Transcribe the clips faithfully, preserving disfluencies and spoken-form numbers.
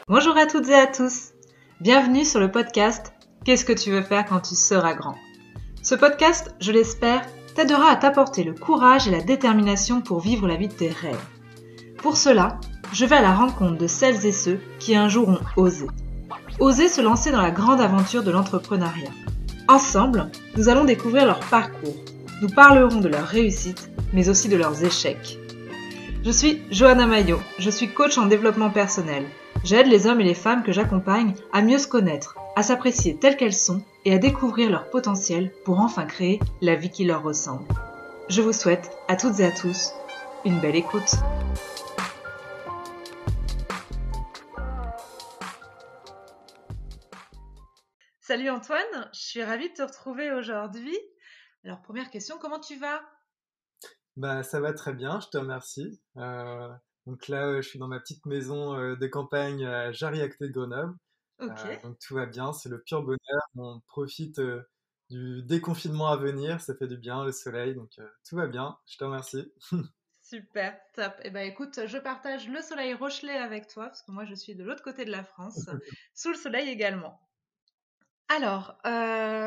Bonjour à toutes et à tous. Bienvenue sur le podcast Qu'est-ce que tu veux faire quand tu seras grand? Ce podcast, je l'espère, t'aidera à t'apporter le courage et la détermination pour vivre la vie de tes rêves. Pour cela, je vais à la rencontre de celles et ceux qui un jour ont osé. Osé se lancer dans la grande aventure de l'entrepreneuriat. Ensemble, nous allons découvrir leur parcours. Nous parlerons de leurs réussites, mais aussi de leurs échecs. Je suis Johanna Maillot, je suis coach en développement personnel. J'aide les hommes et les femmes que j'accompagne à mieux se connaître, à s'apprécier telles qu'elles sont et à découvrir leur potentiel pour enfin créer la vie qui leur ressemble. Je vous souhaite à toutes et à tous une belle écoute. Salut Antoine, je suis ravie de te retrouver aujourd'hui. Alors première question, comment tu vas ? Bah, ça va très bien, je te remercie. Euh, donc là, euh, je suis dans ma petite maison euh, de campagne à Jarry à côté de Grenoble. Ok, Euh, donc tout va bien, c'est le pur bonheur. On profite euh, du déconfinement à venir, ça fait du bien, le soleil, donc euh, tout va bien, je te remercie. super, top. Eh ben écoute, je partage le soleil rochelais avec toi parce que moi je suis de l'autre côté de la France, sous le soleil également. Alors, euh,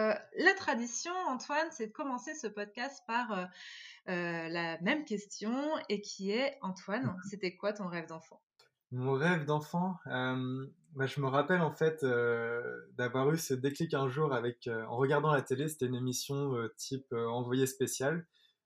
la tradition, Antoine, c'est de commencer ce podcast par euh, euh, la même question et qui est, Antoine, c'était quoi ton rêve d'enfant? Mon rêve d'enfant, euh, bah, je me rappelle en fait euh, d'avoir eu ce déclic un jour avec, euh, en regardant la télé, c'était une émission euh, type euh, envoyé spécial.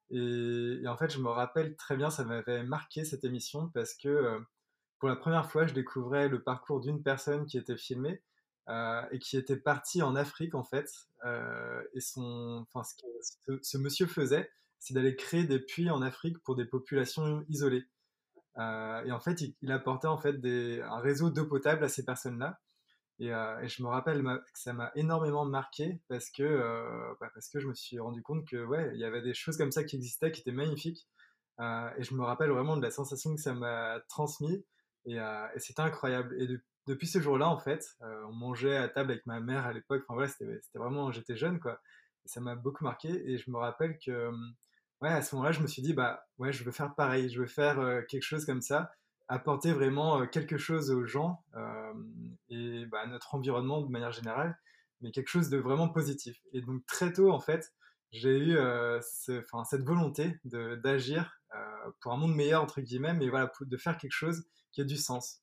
Et, et en fait, je me rappelle très bien, ça m'avait marqué cette émission parce que euh, pour la première fois, je découvrais le parcours d'une personne qui était filmée euh, et qui était partie en Afrique en fait. Euh, et son, enfin, ce que ce, ce monsieur faisait, c'est d'aller créer des puits en Afrique pour des populations isolées. Euh, et en fait, il, il apportait en fait des, un réseau d'eau potable à ces personnes-là. Et, euh, et je me rappelle ma- que ça m'a énormément marqué parce que, euh, bah, parce que je me suis rendu compte que ouais, il y avait des choses comme ça qui existaient, qui étaient magnifiques. Euh, et je me rappelle vraiment de la sensation que ça m'a transmis. Et, euh, et c'était incroyable. Et de- depuis ce jour-là, en fait, euh, on mangeait à table avec ma mère à l'époque. Enfin voilà, c'était c'était vraiment, j'étais jeune, quoi. Et ça m'a beaucoup marqué. Et je me rappelle que, euh, ouais, à ce moment-là, je me suis dit, bah ouais, je veux faire pareil. Je veux faire euh, quelque chose comme ça, apporter vraiment euh, quelque chose aux gens euh, et bah, à notre environnement de manière générale, mais quelque chose de vraiment positif. Et donc très tôt, en fait, j'ai eu euh, ce- enfin, cette volonté de- d'agir euh, pour un monde meilleur, entre guillemets, mais voilà, pour- de faire quelque chose qui a du sens.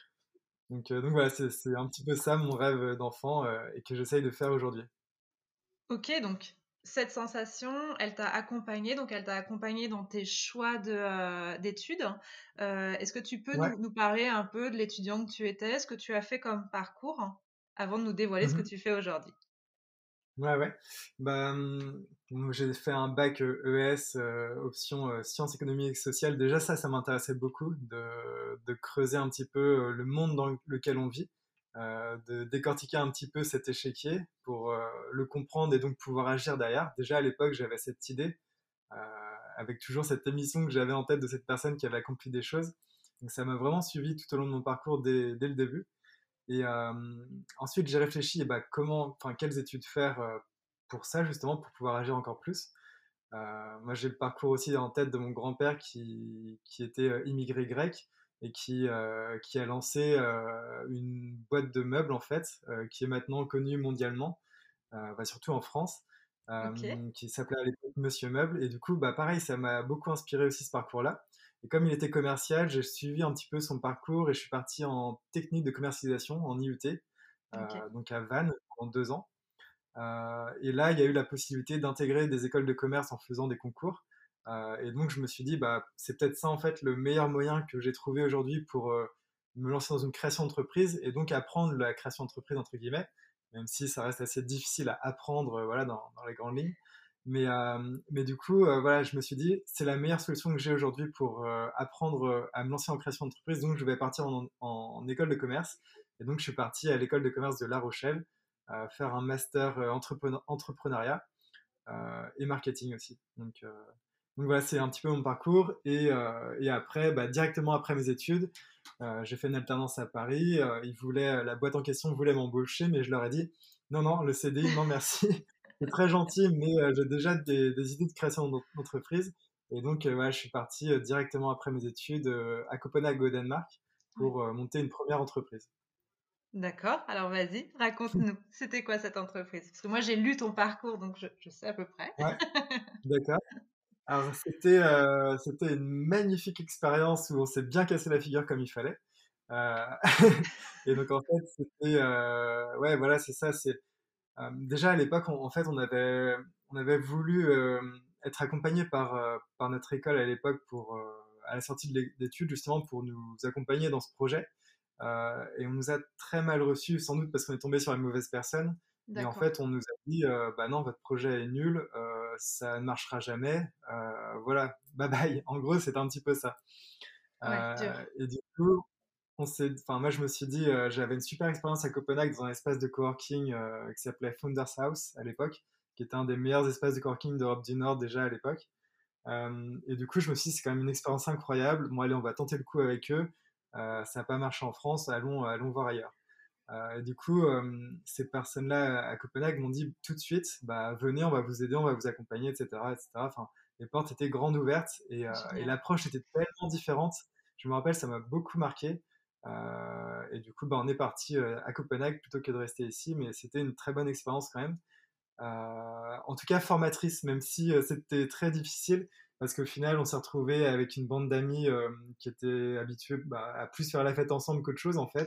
Donc, euh, donc voilà, c'est c'est un petit peu ça mon rêve d'enfant euh, et que j'essaye de faire aujourd'hui. Ok, donc cette sensation, elle t'a accompagné, donc elle t'a accompagné dans tes choix de, euh, d'études. Euh, est-ce que tu peux Ouais. nous, nous parler un peu de l'étudiant que tu étais, ce que tu as fait comme parcours, avant de nous dévoiler ce que Mhm. tu fais aujourd'hui? Ouais, ouais. Bah, hum, moi, j'ai fait un bac euh, E S, euh, option euh, sciences économiques et sociales. Déjà, ça, ça m'intéressait beaucoup de, de creuser un petit peu euh, le monde dans lequel on vit, euh, de décortiquer un petit peu cet échiquier pour euh, le comprendre et donc pouvoir agir derrière. Déjà, à l'époque, j'avais cette idée, euh, avec toujours cette émission que j'avais en tête de cette personne qui avait accompli des choses. Donc, ça m'a vraiment suivi tout au long de mon parcours dès, dès le début. Et euh, ensuite, j'ai réfléchi, et bah, comment, enfin, quelles études faire euh, pour ça, justement, pour pouvoir agir encore plus. Euh, moi, j'ai le parcours aussi en tête de mon grand-père qui, qui était euh, immigré grec et qui, euh, qui a lancé euh, une boîte de meubles, en fait, euh, qui est maintenant connue mondialement, euh, bah, surtout en France, Ok. euh, qui s'appelait à l'époque Monsieur Meuble. Et du coup, bah, pareil, ça m'a beaucoup inspiré aussi ce parcours-là. Et comme il était commercial, j'ai suivi un petit peu son parcours et je suis parti en technique de commercialisation, en I U T, Ok. euh, donc à Vannes pendant deux ans. Euh, et là, il y a eu la possibilité d'intégrer des écoles de commerce en faisant des concours. Euh, et donc, je me suis dit, bah, c'est peut-être ça, en fait, le meilleur moyen que j'ai trouvé aujourd'hui pour euh, me lancer dans une création d'entreprise et donc apprendre la création d'entreprise, entre guillemets, même si ça reste assez difficile à apprendre, euh, voilà, dans, dans les grandes lignes. Mais, euh, mais du coup, euh, voilà, je me suis dit, c'est la meilleure solution que j'ai aujourd'hui pour euh, apprendre euh, à me lancer en création d'entreprise. Donc, je vais partir en, en, en école de commerce. Et donc, je suis parti à l'école de commerce de La Rochelle euh, faire un master euh, entrepreneur- entrepreneuriat euh, et marketing aussi. Donc, euh, donc voilà, c'est un petit peu mon parcours. Et, euh, et après, bah, directement après mes études, euh, j'ai fait une alternance à Paris. Euh, ils voulaient, la boîte en question voulait m'embaucher, mais je leur ai dit non, non, le C D I, non, merci. C'est très gentil, mais euh, j'ai déjà des, des idées de création d'en- d'entreprise. Et donc, euh, voilà, je suis parti euh, directement après mes études euh, à Copenhague, au Danemark, Ouais. pour euh, monter une première entreprise. D'accord, alors vas-y, raconte-nous. C'était quoi cette entreprise? Parce que moi, j'ai lu ton parcours, donc je, je sais à peu près. Ouais, d'accord. Alors c'était euh, c'était une magnifique expérience où on s'est bien cassé la figure comme il fallait. Euh, et donc en fait c'était euh, ouais voilà c'est ça c'est euh, déjà à l'époque on- en fait on avait on avait voulu euh, être accompagné par euh, par notre école à l'époque pour euh, à la sortie de l'é- d'études justement pour nous accompagner dans ce projet. Euh, et on nous a très mal reçus, sans doute parce qu'on est tombé sur les mauvaises personnes. Et en D'accord. fait, on nous a dit, euh, bah non, votre projet est nul, euh, ça ne marchera jamais. Euh, voilà, bye bye. En gros, c'est un petit peu ça. Ouais, dur. Euh, et du coup, on s'est, enfin, moi, je me suis dit, euh, j'avais une super expérience à Copenhague dans un espace de coworking euh, qui s'appelait Founders House à l'époque, qui était un des meilleurs espaces de coworking d'Europe du Nord déjà à l'époque. Euh, et du coup, je me suis dit, c'est quand même une expérience incroyable. Bon, allez, on va tenter le coup avec eux. Euh, ça n'a pas marché en France, allons, allons voir ailleurs. Euh, et du coup, euh, ces personnes-là à Copenhague m'ont dit tout de suite, bah, venez, on va vous aider, on va vous accompagner, et cetera, et cetera. Enfin, les portes étaient grandes ouvertes et, euh, et Génial. l'approche était tellement différente. Je me rappelle, ça m'a beaucoup marqué. Euh, et du coup, bah, on est parti euh, à Copenhague plutôt que de rester ici, mais c'était une très bonne expérience quand même. Euh, en tout cas formatrice, même si euh, c'était très difficile, parce qu'au final, on s'est retrouvé avec une bande d'amis euh, qui étaient habitués bah, à plus faire la fête ensemble qu'autre chose en fait.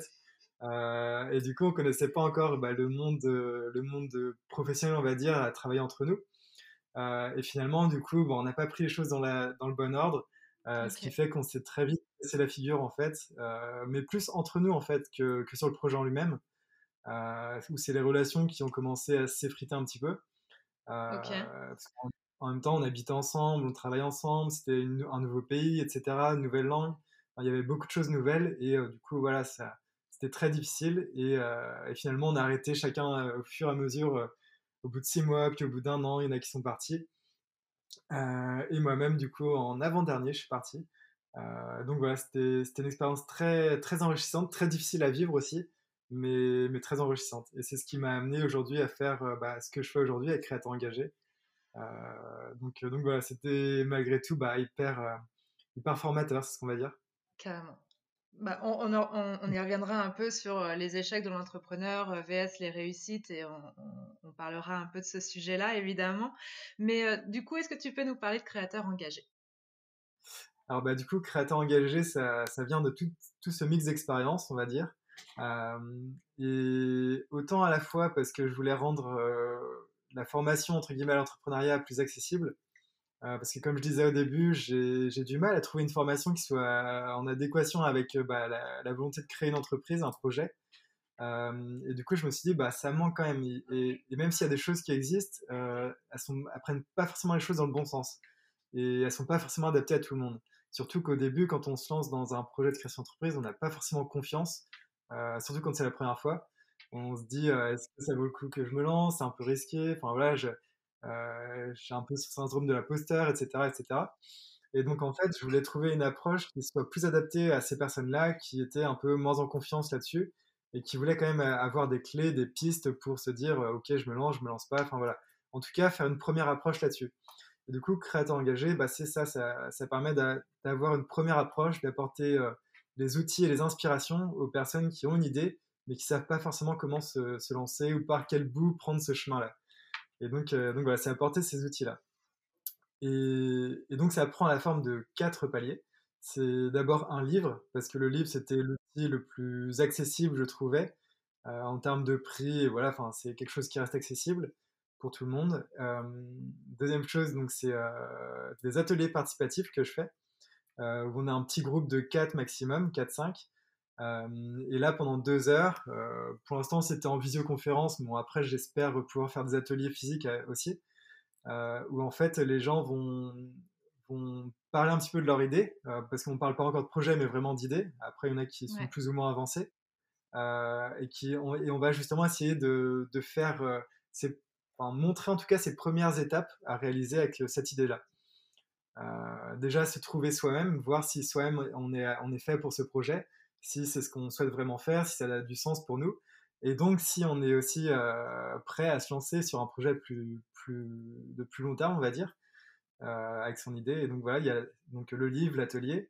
Euh, et du coup, on connaissait pas encore bah, le monde, euh, le monde de professionnel, on va dire, à travailler entre nous. Euh, et finalement, du coup, bon, on n'a pas pris les choses dans, la, dans le bon ordre, euh, ce qui Ok. fait qu'on s'est très vite cassé la figure en fait, euh, mais plus entre nous en fait que, que sur le projet en lui-même, euh, où c'est les relations qui ont commencé à s'effriter un petit peu. Euh, Ok. parce qu'en en même temps, on habitait ensemble, on travaillait ensemble, c'était une- un nouveau pays, et cetera, une nouvelle langue. Enfin, il y avait beaucoup de choses nouvelles et euh, du coup, voilà, ça, c'était très difficile. Et, euh, et finalement, on a arrêté chacun euh, au fur et à mesure, euh, au bout de six mois, puis au bout d'un an, il y en a qui sont partis. Euh, et moi-même, du coup, en avant-dernier, je suis parti. Euh, donc voilà, c'était, c'était une expérience très, très enrichissante, très difficile à vivre aussi, mais, mais très enrichissante. Et c'est ce qui m'a amené aujourd'hui à faire euh, bah, ce que je fais aujourd'hui, à créateur engagé. Euh, donc, euh, donc voilà, c'était malgré tout bah, hyper, euh, hyper formateur, c'est ce qu'on va dire. Carrément. Bah, on, on, en- on- on y reviendra un peu sur euh, les échecs de l'entrepreneur euh, V S les réussites et on, on- on parlera un peu de ce sujet-là, évidemment. Mais euh, du coup, est-ce que tu peux nous parler de créateurs engagés? Alors bah, du coup, créateur engagé, ça, ça vient de tout, tout ce mix d'expériences, on va dire. Euh, et autant à la fois parce que je voulais rendre euh, la formation, entre guillemets, à l'entrepreneuriat plus accessible. Euh, parce que comme je disais au début, j'ai j'ai du mal à trouver une formation qui soit en adéquation avec euh, bah, la, la volonté de créer une entreprise, un projet. Euh, et du coup, je me suis dit, bah, ça manque quand même. Et, et- et même s'il y a des choses qui existent, euh, elles sont, elles prennent pas forcément les choses dans le bon sens. Et elles sont pas forcément adaptées à tout le monde. Surtout qu'au début, quand on se lance dans un projet de création d'entreprise, on n'a pas forcément confiance, euh, surtout quand c'est la première fois. On se dit, euh, est-ce que ça vaut le coup que je me lance? C'est un peu risqué. Enfin voilà, je, euh, j'ai un peu ce syndrome de l'imposteur, et cetera, et cetera. Et donc en fait, je voulais trouver une approche qui soit plus adaptée à ces personnes-là, qui étaient un peu moins en confiance là-dessus, et qui voulaient quand même euh, avoir des clés, des pistes pour se dire, euh, ok, je me lance, je me lance pas. Enfin voilà. En tout cas, faire une première approche là-dessus. Et du coup, créateur engagé, bah, c'est ça, ça, ça permet d'a- d'avoir une première approche, d'apporter euh, les outils et les inspirations aux personnes qui ont une idée, mais qui savent pas forcément comment se, se lancer ou par quel bout prendre ce chemin-là. Et donc, euh, donc voilà, c'est apporter ces outils-là. Et, et donc, ça prend la forme de quatre paliers. C'est d'abord un livre, parce que le livre, c'était l'outil le plus accessible, je trouvais, euh, en termes de prix. Et voilà, enfin, c'est quelque chose qui reste accessible pour tout le monde. Euh, deuxième chose, donc, c'est euh, des ateliers participatifs que je fais, euh, où on a un petit groupe de quatre maximum, quatre cinq. Euh, et là, pendant deux heures, euh, pour l'instant, c'était en visioconférence. Bon, après, j'espère pouvoir faire des ateliers physiques euh, aussi euh, où en fait les gens vont, vont parler un petit peu de leur idée, euh, parce qu'on ne parle pas encore de projet, mais vraiment d'idées. Après, il y en a qui sont Ouais. plus ou moins avancés, euh, et, qui, on, et on va justement essayer de, de faire, euh, ces, enfin, montrer en tout cas ces premières étapes à réaliser avec euh, cette idée-là. Euh, déjà, se trouver soi-même, voir si soi-même on est, on est fait pour ce projet, si c'est ce qu'on souhaite vraiment faire, si ça a du sens pour nous. Et donc, si on est aussi euh, prêt à se lancer sur un projet plus, plus, de plus long terme, on va dire, euh, avec son idée. Et donc voilà, il y a donc le livre, l'atelier.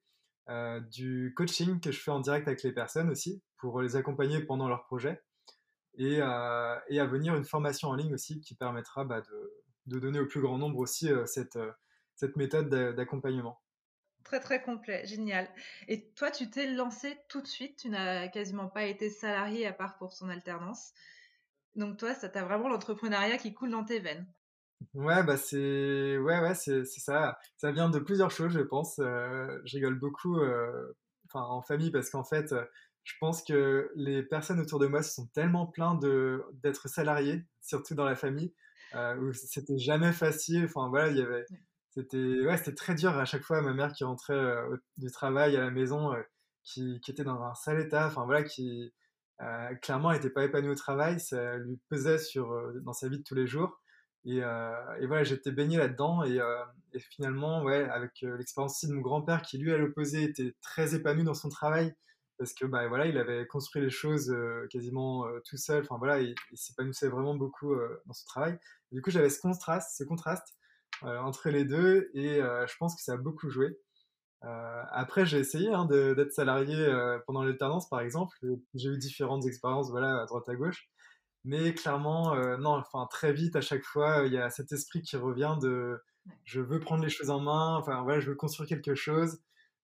euh, du coaching que je fais en direct avec les personnes aussi, pour les accompagner pendant leur projet, et, euh, et à venir une formation en ligne aussi qui permettra bah, de, de donner au plus grand nombre aussi euh, cette, euh, cette méthode d'a- d'accompagnement. Très très complet, génial. Et toi, tu t'es lancé tout de suite, tu n'as quasiment pas été salarié à part pour son alternance. Donc toi, ça t'a vraiment l'entrepreneuriat qui coule dans tes veines. Ouais, bah c'est ouais, ouais, c'est c'est ça. Ça vient de plusieurs choses, je pense. Euh, je rigole beaucoup, euh, enfin en famille, parce qu'en fait, euh, je pense que les personnes autour de moi se sont tellement plaints de d'être salariés, surtout dans la famille, euh, où c'était jamais facile. Enfin voilà, il y avait, Ouais. c'était ouais, c'était très dur à chaque fois. Ma mère qui rentrait euh, au- du travail à la maison, euh, qui qui était dans un sale état. Enfin voilà, qui euh, clairement n'était pas épanouie au travail, ça lui pesait sur euh, dans sa vie de tous les jours. Et, euh, et voilà, j'étais baigné là-dedans. Et, euh, et finalement, ouais, avec euh, l'expérience aussi de mon grand-père qui, lui, à l'opposé, était très épanoui dans son travail parce que, bah, voilà, il avait construit les choses euh, quasiment euh, tout seul. Enfin, voilà, il, il s'épanouissait vraiment beaucoup euh, dans son travail. Et du coup, j'avais ce contraste, ce contraste euh, entre les deux et euh, je pense que ça a beaucoup joué. Euh, après, j'ai essayé hein, de- d'être salarié euh, pendant l'alternance, par exemple. J'ai eu différentes expériences, voilà, à droite à gauche. Mais clairement, euh, non, enfin très vite à chaque fois, il y a cet esprit qui revient de Ouais. je veux prendre les choses en main, enfin voilà, je veux construire quelque chose.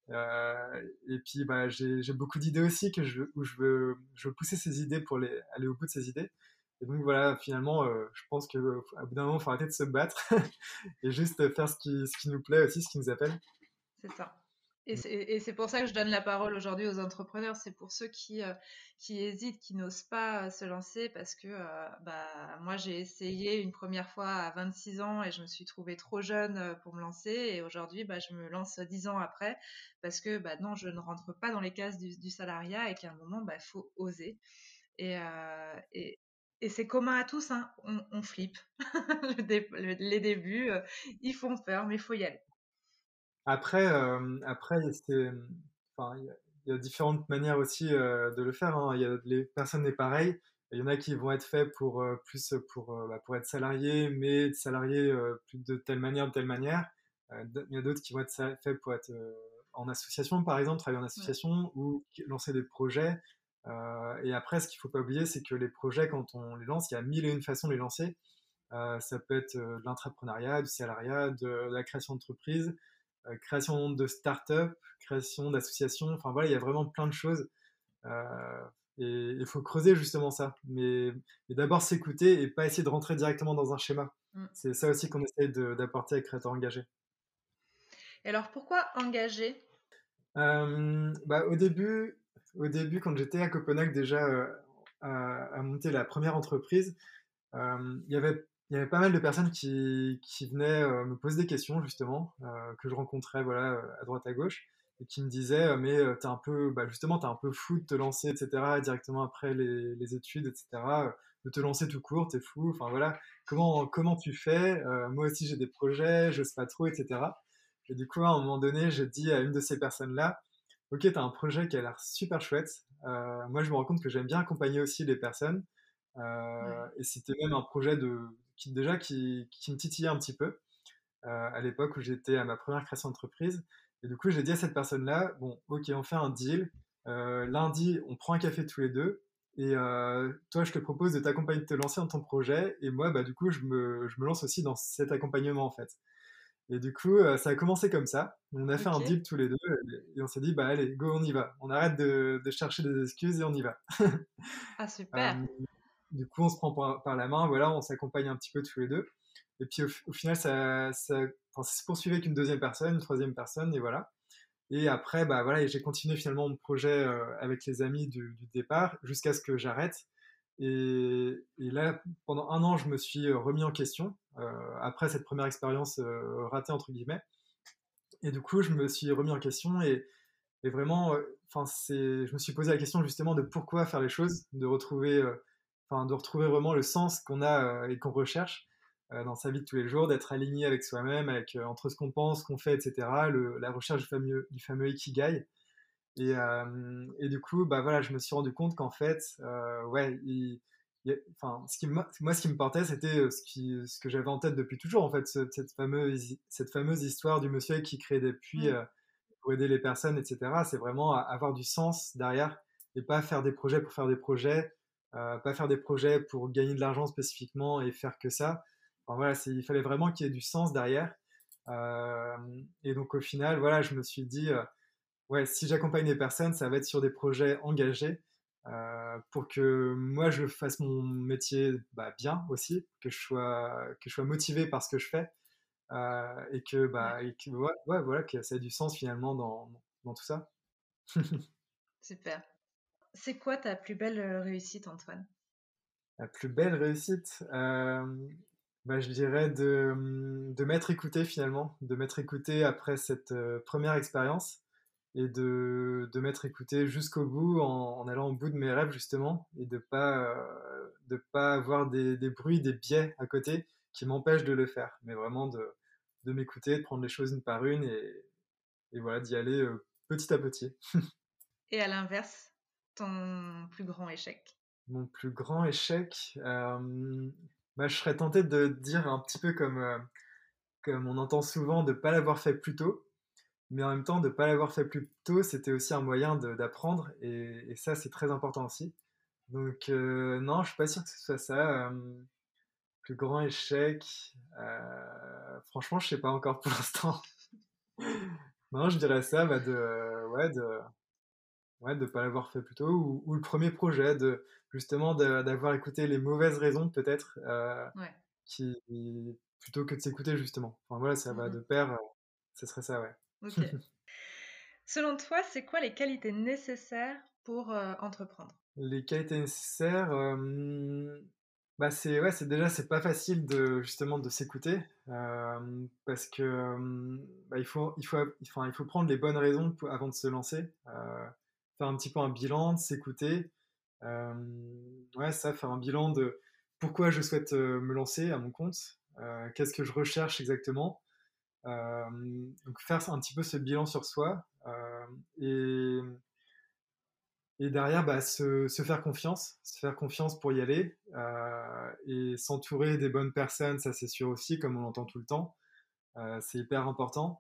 Euh, et puis bah j'ai j'ai beaucoup d'idées aussi que je où je veux je veux pousser ces idées pour les aller au bout de ces idées. Et donc voilà, finalement, euh, je pense que euh, à bout d'un moment, il faut arrêter de se battre et juste faire ce qui ce qui nous plaît aussi, ce qui nous appelle. C'est ça. Et c'est et c'est pour ça que je donne la parole aujourd'hui aux entrepreneurs. C'est pour ceux qui, euh, qui hésitent, qui n'osent pas euh, se lancer parce que euh, bah, moi, j'ai essayé une première fois à vingt-six ans et je me suis trouvée trop jeune euh, pour me lancer. Et aujourd'hui, bah, je me lance dix ans après parce que bah, non, je ne rentre pas dans les cases du, du salariat et qu'à un moment, bah, il faut oser. Et, euh, et, et c'est commun à tous, hein. On, on flippe. Le dé- le- les débuts, euh, ils font peur, mais il faut y aller. Après, euh, après, c'est, enfin, il y, a il y a différentes manières aussi euh, de le faire. Hein. Il y a, les personnes n'est pareil. Il y en a qui vont être faits pour euh, plus pour euh, bah, pour être salariés, mais salariés euh, plus de telle manière, de telle manière. Euh, d- il y a d'autres qui vont être sa- faits pour être euh, en association, par exemple, travailler en Ouais. association ou qui- lancer des projets. Euh, et après, ce qu'il faut pas oublier, c'est que les projets, quand on les lance, il y a mille et une façons de les lancer. Euh, ça peut être euh, de l'intrapreneuriat, du salariat, de, de la création d'entreprise, euh, création de start-up, création d'associations. Enfin voilà, il y a vraiment plein de choses. Euh, et il faut creuser justement ça. Mais, mais d'abord s'écouter et pas essayer de rentrer directement dans un schéma. Mm. C'est ça aussi qu'on essaie de- d'apporter avec Créateur Engagé. Et alors, pourquoi engager? Euh, bah, au début, au début, quand j'étais à Copenhague déjà euh, à, à monter la première entreprise, Euh, il y avait, il y avait pas mal de personnes qui, qui venaient euh, me poser des questions justement, euh, que je rencontrais voilà, euh, à droite à gauche, et qui me disaient euh, mais euh, t'es un peu, bah, justement, t'es un peu fou de te lancer, et cetera, directement après les, les études, et cetera, euh, de te lancer tout court, t'es fou, enfin voilà, comment, comment tu fais? Euh, moi aussi j'ai des projets, je sais pas trop, et cetera. Et du coup, à un moment donné, j'ai dit à une de ces personnes-là, ok, t'as un projet qui a l'air super chouette. Euh, moi, je me rends compte que j'aime bien accompagner aussi les personnes. Ouais. Euh, et c'était même un projet de, qui, déjà qui, qui me titillait un petit peu euh, à l'époque où j'étais à ma première création d'entreprise. Et du coup, j'ai dit à cette personne-là, bon, ok, on fait un deal. Euh, lundi, on prend un café tous les deux. Et euh, toi, je te propose de t'accompagner, de te lancer dans ton projet. Et moi, bah, du coup, je me, je me lance aussi dans cet accompagnement, en fait. Et du coup, euh, ça a commencé comme ça. On a fait un Ok. deal tous les deux. Et, et on s'est dit, bah, allez, go, on y va. On arrête de, de chercher des excuses et on y va. Ah, super. Euh, du coup, on se prend par, par la main, voilà, on s'accompagne un petit peu tous les deux. Et puis au, au final, ça, ça, enfin, ça se poursuivait avec une deuxième personne, une troisième personne, et voilà. Et après, bah voilà, et j'ai continué finalement mon projet euh, avec les amis du, du départ jusqu'à ce que j'arrête. Et, et là, pendant un an, je me suis euh, remis en question euh, après cette première expérience euh, ratée entre guillemets. Et du coup, je me suis remis en question et, et vraiment, euh, enfin, c'est, je me suis posé la question justement de pourquoi faire les choses, de retrouver, euh, enfin, de retrouver vraiment le sens qu'on a euh, et qu'on recherche euh, dans sa vie de tous les jours, d'être aligné avec soi-même, avec euh, entre ce qu'on pense, ce qu'on fait, et cetera. Le, la recherche du fameux, du fameux ikigai. Et, euh, et du coup, bah voilà, je me suis rendu compte qu'en fait, euh, ouais, il, il y a- enfin, ce qui me- moi, ce qui me portait, c'était euh, ce qui, ce que j'avais en tête depuis toujours, en fait, ce- cette fameuse, cette fameuse histoire du monsieur qui crée des puits Mm. euh, pour aider les personnes, et cetera. C'est vraiment avoir du sens derrière et pas faire des projets pour faire des projets, euh, pas faire des projets pour gagner de l'argent spécifiquement et faire que ça. Enfin, voilà, il fallait vraiment qu'il y ait du sens derrière. Euh, et donc au final, voilà, je me suis dit, euh, ouais, si j'accompagne des personnes, ça va être sur des projets engagés euh, pour que moi je fasse mon métier bah, bien aussi, que je sois, que je sois motivé par ce que je fais euh, et que, Ouais, bah, et que ouais, ouais, voilà, que ça ait du sens finalement dans, dans tout ça. super. C'est quoi ta plus belle euh, réussite, Antoine? La plus belle réussite, euh, bah, je dirais de, de m'être écouté finalement, de m'être écouté après cette euh, première expérience et de, de m'être écouté jusqu'au bout en, en allant au bout de mes rêves justement et de pas euh, de pas avoir des, des bruits, des biais à côté qui m'empêchent de le faire, mais vraiment de, de m'écouter, de prendre les choses une par une et, et voilà d'y aller euh, petit à petit. Et à l'inverse, ton plus grand échec? Mon plus grand échec, euh, bah, je serais tenté de dire un petit peu comme euh, comme on entend souvent, de ne pas l'avoir fait plus tôt. Mais en même temps, de ne pas l'avoir fait plus tôt, c'était aussi un moyen de- d'apprendre. Et, et ça, c'est très important aussi. Donc, euh, non, je suis pas sûr que ce soit ça. Euh, plus grand échec. Euh, franchement, je sais pas encore pour l'instant. Non, je dirais ça, bah, de, ouais, de, ouais, de pas l'avoir fait plus tôt. Ou, ou le premier projet, de, justement, de- d'avoir écouté les mauvaises raisons, peut-être, euh, Ouais. qui, plutôt que de s'écouter, justement. Enfin, voilà, ça va de Mhm. pair. euh, Ce serait ça, ouais. Ok. Selon toi, c'est quoi les qualités nécessaires pour euh, entreprendre? Les qualités nécessaires, euh, bah c'est ouais, c'est déjà c'est pas facile de justement de s'écouter euh, parce que euh, bah, il faut il faut enfin, il faut prendre les bonnes raisons pour- avant de se lancer, euh, faire un petit peu un bilan, de s'écouter, euh, ouais ça faire un bilan de pourquoi je souhaite euh, me lancer à mon compte, euh, qu'est-ce que je recherche exactement, euh, donc faire un petit peu ce bilan sur soi euh, et et derrière, bah, se, se faire confiance, se faire confiance pour y aller euh, et s'entourer des bonnes personnes, ça c'est sûr aussi, comme on l'entend tout le temps, euh, c'est hyper important.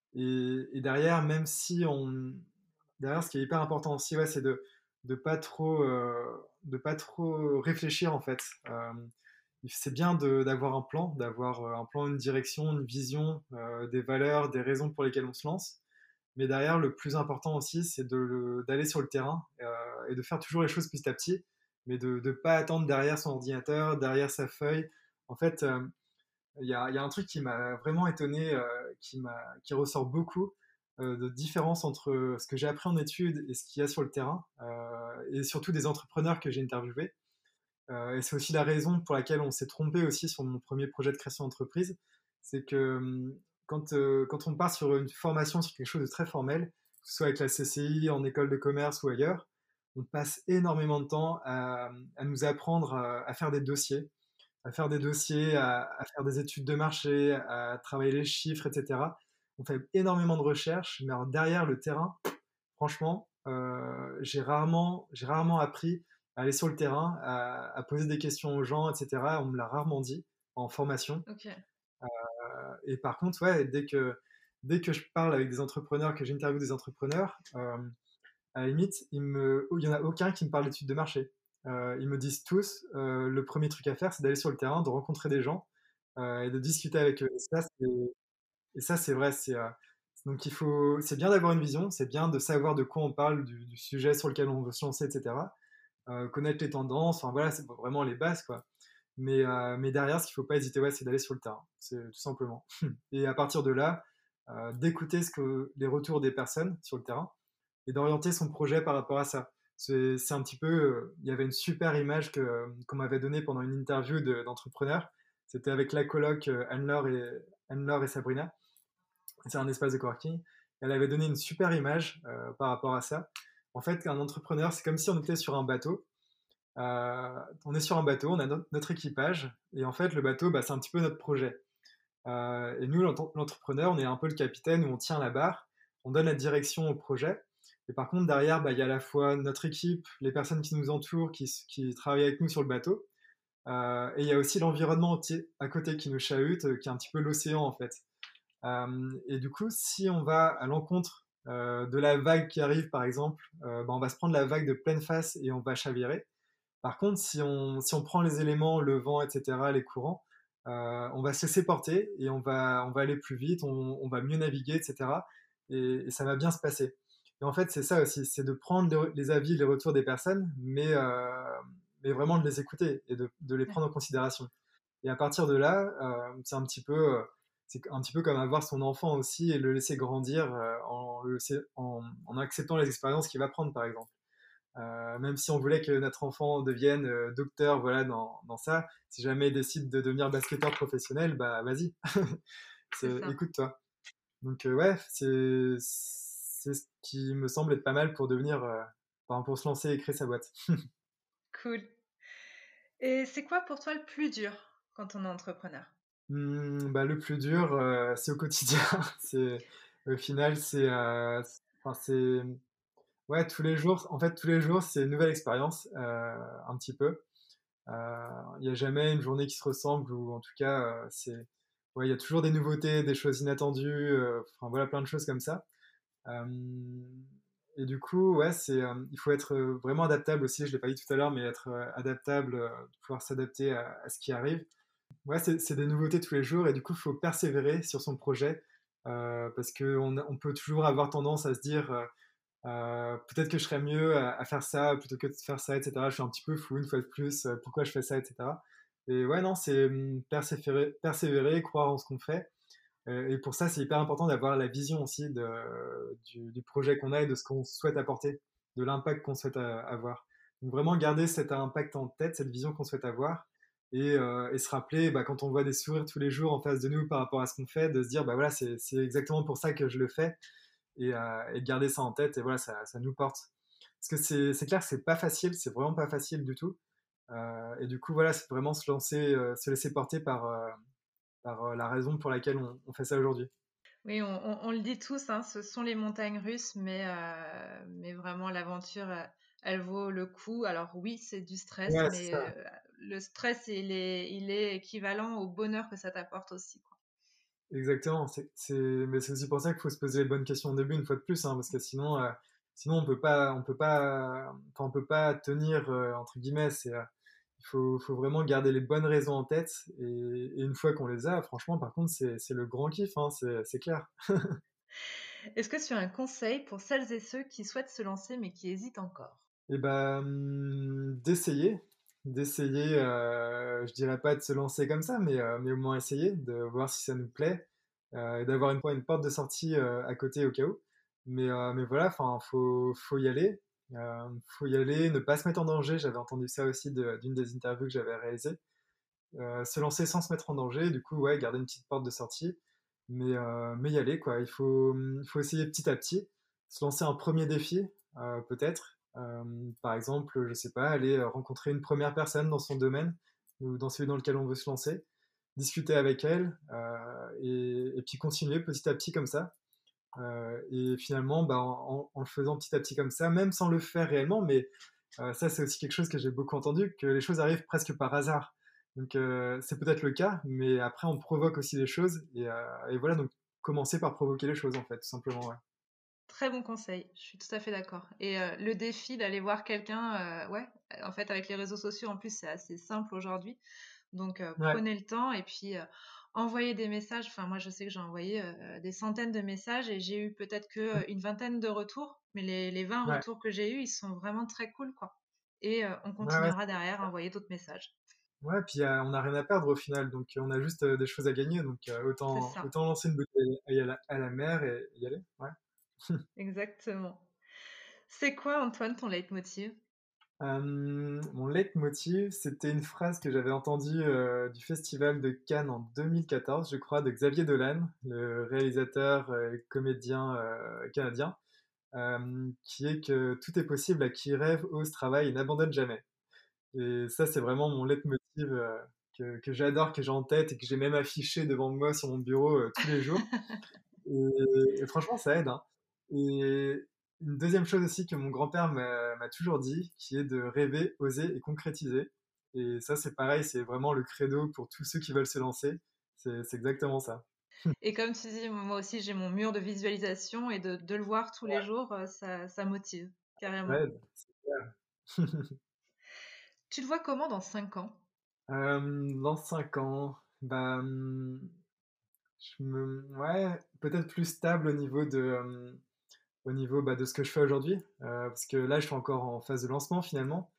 Et, et derrière, même si on, derrière, ce qui est hyper important aussi, ouais, c'est de de pas trop euh, de pas trop réfléchir en fait. Euh, c'est bien de- d'avoir un plan, d'avoir euh, un plan, une direction, une vision, euh, des valeurs, des raisons pour lesquelles on se lance. Mais derrière, le plus important aussi, c'est de le- d'aller sur le terrain euh, et de faire toujours les choses petit à petit, mais de ne pas attendre derrière son ordinateur, derrière sa feuille. En fait, euh, il y a, il y a un truc qui m'a vraiment étonné, euh, qui m'a, qui ressort beaucoup euh, de différence entre ce que j'ai appris en études et ce qu'il y a sur le terrain, euh, et surtout des entrepreneurs que j'ai interviewés. Euh, et c'est aussi la raison pour laquelle on s'est trompé aussi sur mon premier projet de création d'entreprise. C'est que hum, quand, euh, quand on part sur une formation, sur quelque chose de très formel, que ce soit avec la C C I, en école de commerce ou ailleurs, on passe énormément de temps à, à nous apprendre à, à faire des dossiers, à faire des dossiers, à, à faire des études de marché, à travailler les chiffres, et cetera. On fait énormément de recherches, mais alors derrière le terrain, franchement, euh, j'ai rarement, j'ai rarement appris à aller sur le terrain, à, à poser des questions aux gens, et cetera. On me l'a rarement dit en formation. Ok. Euh, et par contre, ouais, dès que, dès que je parle avec des entrepreneurs, que j'interviewe des entrepreneurs, euh, à la limite, il me, il y en a aucun qui me parle d'études de marché. Euh, ils me disent tous, euh, le premier truc à faire, c'est d'aller sur le terrain, de rencontrer des gens euh, et de discuter avec eux. Et ça, c'est, et ça, c'est vrai. C'est, euh, donc il faut, c'est bien d'avoir une vision, c'est bien de savoir de quoi on parle, du, du sujet sur lequel on veut se lancer, et cetera. Euh, connaître les tendances, enfin voilà, c'est vraiment les bases, quoi. Mais, euh, mais derrière, ce qu'il ne faut pas hésiter, ouais, c'est d'aller sur le terrain, c'est tout simplement. Et à partir de là, euh, d'écouter ce que, les retours des personnes sur le terrain et d'orienter son projet par rapport à ça. C'est, c'est un petit peu, euh, il y avait une super image que, qu'on m'avait donnée pendant une interview de, d'entrepreneur. C'était avec la coloc euh, Anne-Laure et, Anne-Laure et Sabrina. C'est un espace de coworking. Elle avait donné une super image euh, par rapport à ça. En fait, un entrepreneur, c'est comme si on était sur un bateau. Euh, on est sur un bateau, on a no- notre équipage, et en fait, le bateau, bah, c'est un petit peu notre projet. Euh, et nous, l'ent- l'entrepreneur, on est un peu le capitaine où on tient la barre, on donne la direction au projet. Et par contre, derrière, bah, il y a à la fois notre équipe, les personnes qui nous entourent, qui, s- qui travaillent avec nous sur le bateau, euh, et il y a aussi l'environnement entier à côté qui nous chahute, euh, qui est un petit peu l'océan en fait. Euh, et du coup, si on va à l'encontre euh, de la vague qui arrive, par exemple, euh, bah, on va se prendre la vague de pleine face et on va chavirer. Par contre, si on, si on prend les éléments, le vent, et cetera, les courants, euh, on va se laisser porter et on va, on va aller plus vite, on, on va mieux naviguer, et cetera. Et, et ça va bien se passer. Et en fait, c'est ça aussi, c'est de prendre les, les avis, les retours des personnes, mais, euh, mais vraiment de les écouter et de, de les prendre en considération. Et à partir de là, euh, c'est un petit peu, euh, c'est un petit peu comme avoir son enfant aussi et le laisser grandir euh, en, le laisser- en, en acceptant les expériences qu'il va prendre, par exemple. Euh, même si on voulait que notre enfant devienne euh, docteur, voilà, dans, dans ça, si jamais il décide de devenir basketteur professionnel, bah vas-y, C'est ça. écoute-toi. Donc euh, ouais, c'est c'est ce qui me semble être pas mal pour devenir, euh, enfin, pour se lancer et créer sa boîte. Cool. Et c'est quoi pour toi le plus dur quand on est entrepreneur? Hmm, bah, le plus dur, euh, c'est au quotidien. C'est, au final, c'est, euh, c'est- enfin, c'est, ouais, tous les jours. En fait, tous les jours, c'est une nouvelle expérience, euh, un petit peu. Euh, Il n'y a jamais une journée qui se ressemble, ou en tout cas, euh, c'est, ouais, il y a toujours des nouveautés, des choses inattendues. euh, Enfin, voilà, plein de choses comme ça. Euh, et du coup, ouais, c'est, euh, il faut être euh, vraiment adaptable aussi. Je l'ai pas dit tout à l'heure, mais être euh, adaptable, euh, pouvoir s'adapter à, à ce qui arrive. Ouais, c'est c'est des nouveautés tous les jours et du coup, il faut persévérer sur son projet euh, parce qu'on on peut toujours avoir tendance à se dire euh, euh, peut-être que je serais mieux à, à faire ça plutôt que de faire ça, et cetera. Je suis un petit peu fou une fois de plus, euh, pourquoi je fais ça, et cetera. Et ouais, non, c'est hum, persévérer, persévérer, croire en ce qu'on fait. Euh, et pour ça, c'est hyper important d'avoir la vision aussi de, du, du projet qu'on a et de ce qu'on souhaite apporter, de l'impact qu'on souhaite a- avoir. Donc vraiment garder cet impact en tête, cette vision qu'on souhaite avoir, et, euh, et se rappeler bah, quand on voit des sourires tous les jours en face de nous par rapport à ce qu'on fait, de se dire bah voilà, c'est c'est exactement pour ça que je le fais, et, euh, et de garder ça en tête, et voilà, ça, ça nous porte. Parce que c'est c'est clair que c'est pas facile, c'est vraiment pas facile du tout. Euh, et du coup, voilà, c'est vraiment se lancer, euh, se laisser porter par, euh, par euh, la raison pour laquelle on, on fait ça aujourd'hui. Oui, on, on- on le dit tous, hein, ce sont les montagnes russes, mais, euh, mais vraiment l'aventure, euh, elle vaut le coup. Alors oui, c'est du stress, Ouais, c'est mais ça. euh, le stress, il est, il est équivalent au bonheur que ça t'apporte aussi, quoi. Exactement. C'est, c'est, mais c'est aussi pour ça qu'il faut se poser les bonnes questions au début, une fois de plus, hein, parce que sinon, euh, sinon on peut pas, on peut pas, enfin, on peut pas tenir euh, entre guillemets. C'est, euh, il faut, faut vraiment garder les bonnes raisons en tête, et, et une fois qu'on les a, franchement, par contre, c'est, c'est le grand kiff, hein, c'est, c'est clair. Est-ce que tu as un conseil pour celles et ceux qui souhaitent se lancer mais qui hésitent encore? Et ben, hum, d'essayer, d'essayer. Euh, je dirais pas de se lancer comme ça, mais, euh, mais au moins essayer, de voir si ça nous plaît, euh, et d'avoir une, une porte de sortie euh, à côté au cas où. Mais, euh, mais voilà, enfin, faut, faut y aller. Euh, faut y aller, ne pas se mettre en danger. J'avais entendu ça aussi de- d'une des interviews que j'avais réalisées. Euh, se lancer sans se mettre en danger, du coup, ouais, garder une petite porte de sortie, mais, euh, mais y aller, quoi. Il faut, il faut essayer petit à petit, se lancer un premier défi, euh, peut-être. Euh, par exemple, je sais pas, aller euh, rencontrer une première personne dans son domaine ou dans celui dans lequel on veut se lancer, discuter avec elle, euh, et, et puis continuer petit à petit comme ça. Euh, et finalement, bah, en, en le faisant petit à petit comme ça, même sans le faire réellement, mais euh, ça, c'est aussi quelque chose que j'ai beaucoup entendu, que les choses arrivent presque par hasard. Donc, euh, c'est peut-être le cas, mais après, on provoque aussi les choses. Et, euh, et voilà, donc, commencer par provoquer les choses, en fait, tout simplement. Ouais, Très bon conseil, je suis tout à fait d'accord. Et euh, le défi d'aller voir quelqu'un, euh, ouais, en fait, avec les réseaux sociaux, en plus, c'est assez simple aujourd'hui. Donc, euh, ouais, prenez le temps et puis euh, envoyez des messages. Enfin, moi, je sais que j'ai envoyé euh, des centaines de messages et j'ai eu peut-être que euh, une vingtaine de retours. Mais les, les vingt ouais, retours que j'ai eus, ils sont vraiment très cool, quoi. Et euh, on ouais, ouais. continuera derrière à envoyer d'autres messages. Ouais, puis euh, on n'a rien à perdre au final, donc on a juste euh, des choses à gagner, donc euh, C'est autant, ça, autant lancer une bouteille à la, à la mer et y aller. Ouais. exactement. C'est quoi, Antoine, ton leitmotiv? Euh, mon leitmotiv, c'était une phrase que j'avais entendue euh, du Festival de Cannes en deux mille quatorze, je crois, de Xavier Dolan, le réalisateur euh, et comédien euh, canadien, euh, qui est que tout est possible à qui rêve, ose, travaille et n'abandonne jamais. Et ça, c'est vraiment mon leitmotiv euh, que, que j'adore, que j'ai en tête et que j'ai même affiché devant moi sur mon bureau euh, tous les jours. Et, et franchement, ça aide, hein. Et une deuxième chose aussi que mon grand-père m'a m'a toujours dit, qui est de rêver, oser et concrétiser. Et ça, c'est pareil, c'est vraiment le credo pour tous ceux qui veulent se lancer. C'est c'est exactement ça. Et comme tu dis, moi aussi j'ai mon mur de visualisation et de, de le voir tous les Ouais, jours, euh, ça, ça motive, carrément. ouais, c'est clair. Tu te vois comment dans cinq ans? Euh, dans cinq ans, bah, hum, je me, ouais, peut-être plus stable au niveau de, euh, au niveau bah, de ce que je fais aujourd'hui, euh, parce que là, je suis encore en phase de lancement finalement.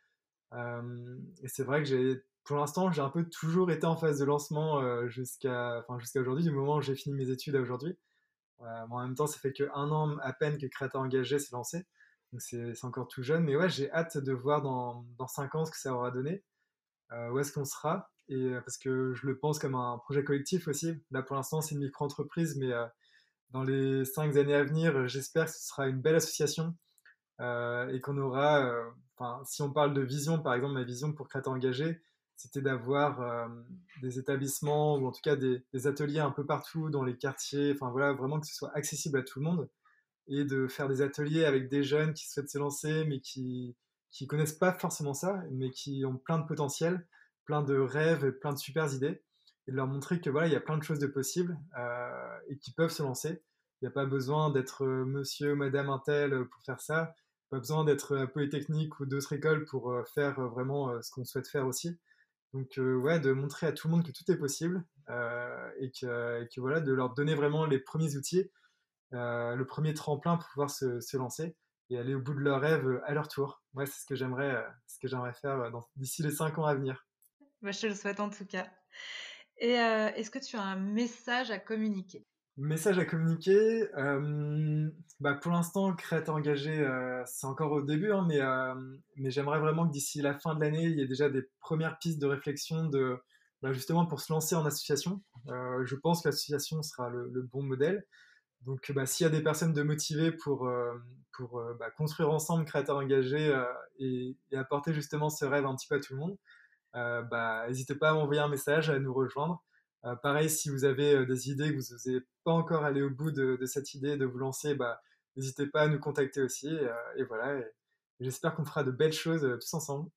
Euh, et c'est vrai que j'ai, pour l'instant, j'ai un peu toujours été en phase de lancement euh, jusqu'à, enfin, jusqu'à aujourd'hui, du moment où j'ai fini mes études à aujourd'hui. Euh, mais en même temps, ça fait que un an à peine que Créateur Engagé s'est lancé, donc c'est c'est encore tout jeune. Mais ouais, j'ai hâte de voir dans, dans cinq ans ce que ça aura donné, euh, où est-ce qu'on sera, et euh, parce que je le pense comme un projet collectif aussi. Là, pour l'instant, c'est une micro-entreprise, mais euh, dans les cinq années à venir, j'espère que ce sera une belle association euh, et qu'on aura, euh, enfin, si on parle de vision, par exemple, ma vision pour Créateur Engagé, c'était d'avoir euh, des établissements ou en tout cas des, des ateliers un peu partout dans les quartiers, enfin voilà, vraiment que ce soit accessible à tout le monde et de faire des ateliers avec des jeunes qui souhaitent se lancer mais qui qui connaissent pas forcément ça, mais qui ont plein de potentiel, plein de rêves, et plein de super idées, et de leur montrer que voilà, il y a plein de choses de possibles euh, et qui peuvent se lancer. Il n'y a pas besoin d'être euh, monsieur ou madame untel pour faire ça, pas besoin d'être à Polytechnique ou d'autres écoles pour euh, faire euh, vraiment euh, ce qu'on souhaite faire aussi. Donc euh, ouais, de montrer à tout le monde que tout est possible euh, et, que, et que voilà, de leur donner vraiment les premiers outils, euh, le premier tremplin pour pouvoir se, se lancer et aller au bout de leurs rêves euh, à leur tour. Ouais, c'est ce que j'aimerais, euh, ce que j'aimerais faire euh, dans- d'ici les cinq ans à venir. Bah, je te le souhaite en tout cas. Et euh, est-ce que tu as un message à communiquer? Message à communiquer. Euh, bah pour l'instant, créateur engagé, euh, c'est encore au début, hein, mais, euh, mais j'aimerais vraiment que d'ici la fin de l'année, il y ait déjà des premières pistes de réflexion de, bah, justement pour se lancer en association. Euh, je pense que l'association sera le, le bon modèle. Donc, bah, s'il y a des personnes de motivées pour, euh, pour euh, bah, construire ensemble créateurs engagés euh, et, et apporter justement ce rêve un petit peu à tout le monde, euh, bah, n'hésitez pas à m'envoyer un message, à nous rejoindre. Euh, pareil, si vous avez euh, des idées que vous n'osez pas encore aller au bout de, de cette idée de vous lancer, bah, n'hésitez pas à nous contacter aussi. Euh, et voilà, et j'espère qu'on fera de belles choses euh, tous ensemble.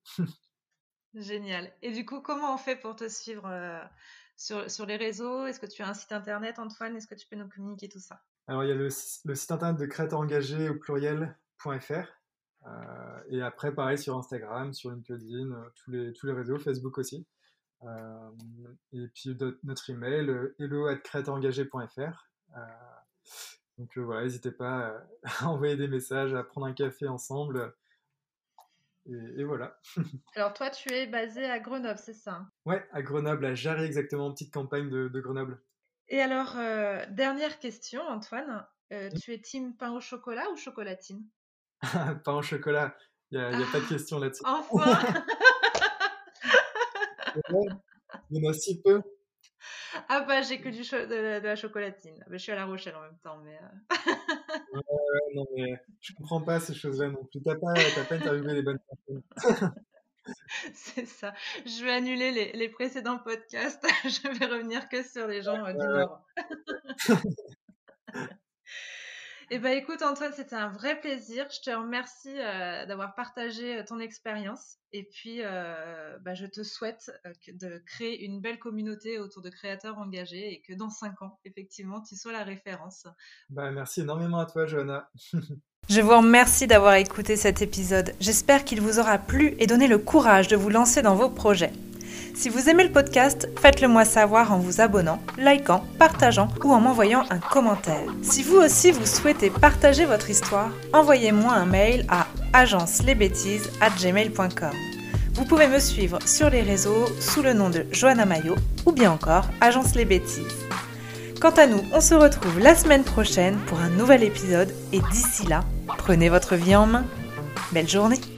Génial. Et du coup, comment on fait pour te suivre euh, sur, sur les réseaux? Est-ce que tu as un site internet, Antoine? Est-ce que tu peux nous communiquer tout ça? Alors, il y a le, le site internet de créateur engagé au pluriel.fr. Euh, et après, pareil, sur Instagram, sur LinkedIn, euh, tous les, tous les réseaux, Facebook aussi. Euh, et puis de- notre email, euh, hello at créateurengagé.fr. Euh, donc euh, voilà, n'hésitez pas euh, à envoyer des messages, à prendre un café ensemble. Et, et voilà. Alors toi, tu es basé à Grenoble, c'est ça? Ouais, à Grenoble, à Jarry exactement, petite campagne de, de Grenoble. Et alors, euh, dernière question, Antoine. Euh, tu es team pain au chocolat ou chocolatine? Pain au chocolat, il n'y a, y a pas de Ah, question là-dessus. enfin! Ouais, il y en a si peu. Ah bah j'ai que du cho- de, la, de la chocolatine. Bah, je suis à La Rochelle en même temps, mais euh, Ouais, ouais, non, mais je comprends pas ces choses-là non plus. T'as pas, t'as pas interviewé les bonnes personnes. c'est ça. Je vais annuler les, les précédents podcasts. Je vais revenir que sur les gens euh, du Ouais, Nord. Eh ben écoute Antoine, c'était un vrai plaisir. Je te remercie euh, d'avoir partagé euh, ton expérience. Et puis, euh, bah, je te souhaite euh, que- de créer une belle communauté autour de créateurs engagés et que dans cinq ans, effectivement, tu sois la référence. bah, merci énormément à toi, Johanna. Je vous remercie d'avoir écouté cet épisode. J'espère qu'il vous aura plu et donné le courage de vous lancer dans vos projets. Si vous aimez le podcast, faites-le moi savoir en vous abonnant, likant, partageant ou en m'envoyant un commentaire. Si vous aussi vous souhaitez partager votre histoire, envoyez-moi un mail à agencelesbêtises arobase gmail point com. Vous pouvez me suivre sur les réseaux sous le nom de Johanna Maillot ou bien encore Agence Les Bêtises. Quant à nous, on se retrouve la semaine prochaine pour un nouvel épisode et d'ici là, prenez votre vie en main. Belle journée!